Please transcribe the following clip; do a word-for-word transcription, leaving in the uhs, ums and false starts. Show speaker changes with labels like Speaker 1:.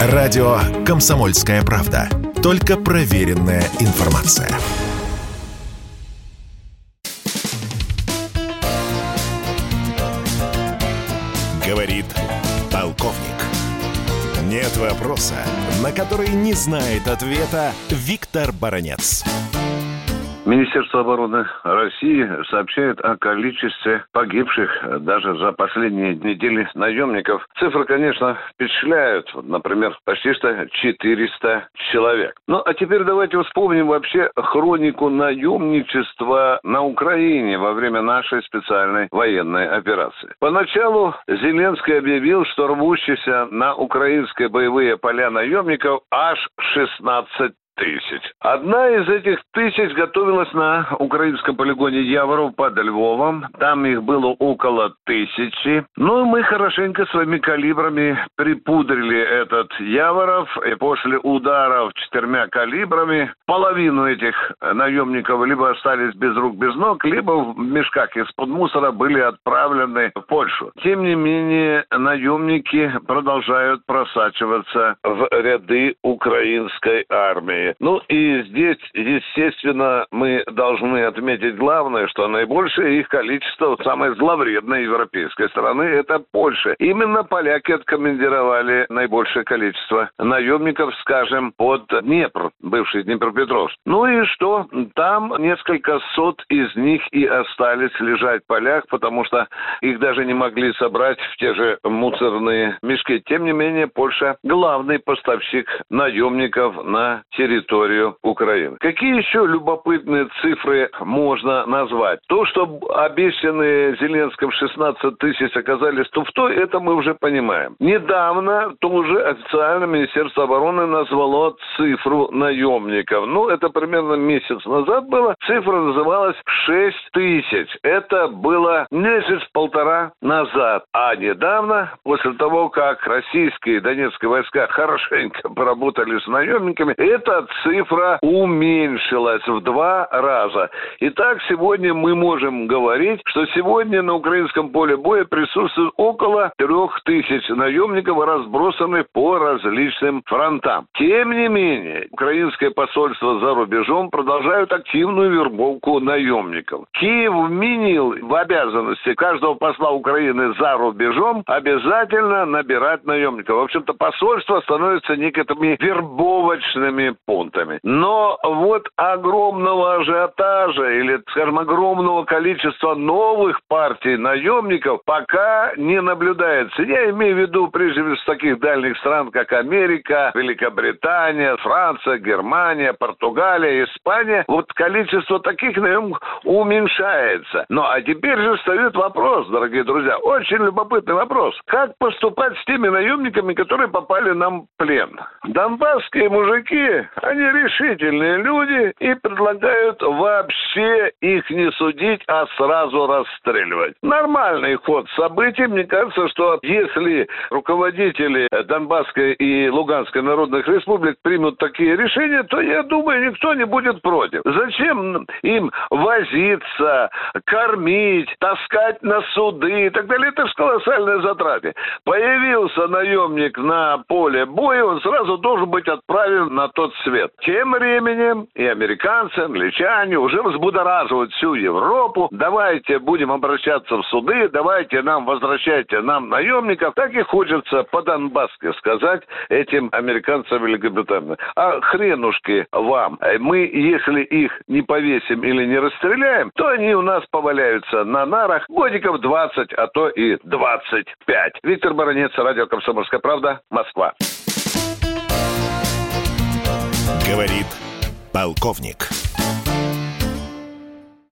Speaker 1: Радио «Комсомольская правда». Только проверенная информация. Говорит полковник. Нет вопроса, на который не знает ответа Виктор Баранец.
Speaker 2: Министерство обороны России сообщает о количестве погибших даже за последние недели наемников. Цифры, конечно, впечатляют. Вот, например, почти что четыреста человек. Ну, а теперь давайте вспомним вообще хронику наемничества на Украине во время нашей специальной военной операции. Поначалу Зеленский объявил, что рвущихся на украинские боевые поля наемников аж шестнадцать тысяч. Одна из этих тысяч готовилась на украинском полигоне Яворов под Львовом. Там их было около тысячи. Ну и мы хорошенько своими калибрами припудрили этот Яворов. И после ударов четырьмя калибрами половину этих наемников либо остались без рук, без ног, либо в мешках из-под мусора были отправлены в Польшу. Тем не менее, наемники продолжают просачиваться в ряды украинской армии. Ну и здесь, естественно, мы должны отметить главное, что наибольшее их количество самой зловредной европейской страны – это Польша. Именно поляки откомандировали наибольшее количество наемников, скажем, под Днепр, бывший Днепропетровск. Ну и что? Там несколько сот из них и остались лежать в полях, потому что их даже не могли собрать в те же мусорные мешки. Тем не менее, Польша – главный поставщик наемников на территорию территорию Украины. Какие еще любопытные цифры можно назвать? То, что обещанные Зеленским шестнадцать тысяч оказались туфтой, это мы уже понимаем. Недавно тоже официально Министерство обороны назвало цифру наемников. Ну, это примерно месяц назад было. Цифра называлась шесть тысяч. Это было месяц-полтора назад. А недавно, после того, как российские и донецкие войска хорошенько поработали с наемниками, это цифра уменьшилась в два раза. Итак, сегодня мы можем говорить, что сегодня на украинском поле боя присутствует около трех тысяч наемников, разбросанных по различным фронтам. Тем не менее, украинское посольство за рубежом продолжает активную вербовку наемников. Киев вменил в обязанности каждого посла Украины за рубежом обязательно набирать наемников. В общем-то, посольство становится некими вербовочными пунктами. Но вот огромного ажиотажа или, скажем, огромного количества новых партий наемников пока не наблюдается. Я имею в виду прежде всего с таких дальних стран, как Америка, Великобритания, Франция, Германия, Португалия, Испания. Вот количество таких наемников уменьшается. Ну, а теперь же встает вопрос, дорогие друзья, очень любопытный вопрос. Как поступать с теми наемниками, которые попали нам в плен? Донбасские мужики, они решительные люди и предлагают вообще их не судить, а сразу расстреливать. Нормальный ход событий. Мне кажется, что если руководители Донбасской и Луганской народных республик примут такие решения, то, я думаю, никто не будет против. Зачем им возиться, кормить, таскать на суды и так далее? Это же колоссальные затраты. Появился наемник на поле боя, он сразу должен быть отправлен на тот свет. Тем временем и американцы, англичане уже взбудораживают всю Европу. Давайте будем обращаться в суды, давайте нам, возвращайте нам наемников. Так и хочется по-донбасски сказать этим американцам Великобритании. А хренушки вам. Мы, если их не повесим или не расстреляем, то они у нас поваляются на нарах годиков двадцать, а то и двадцать пять. Виктор Баранец, радио «Комсомольская правда», Москва.
Speaker 1: Говорит полковник.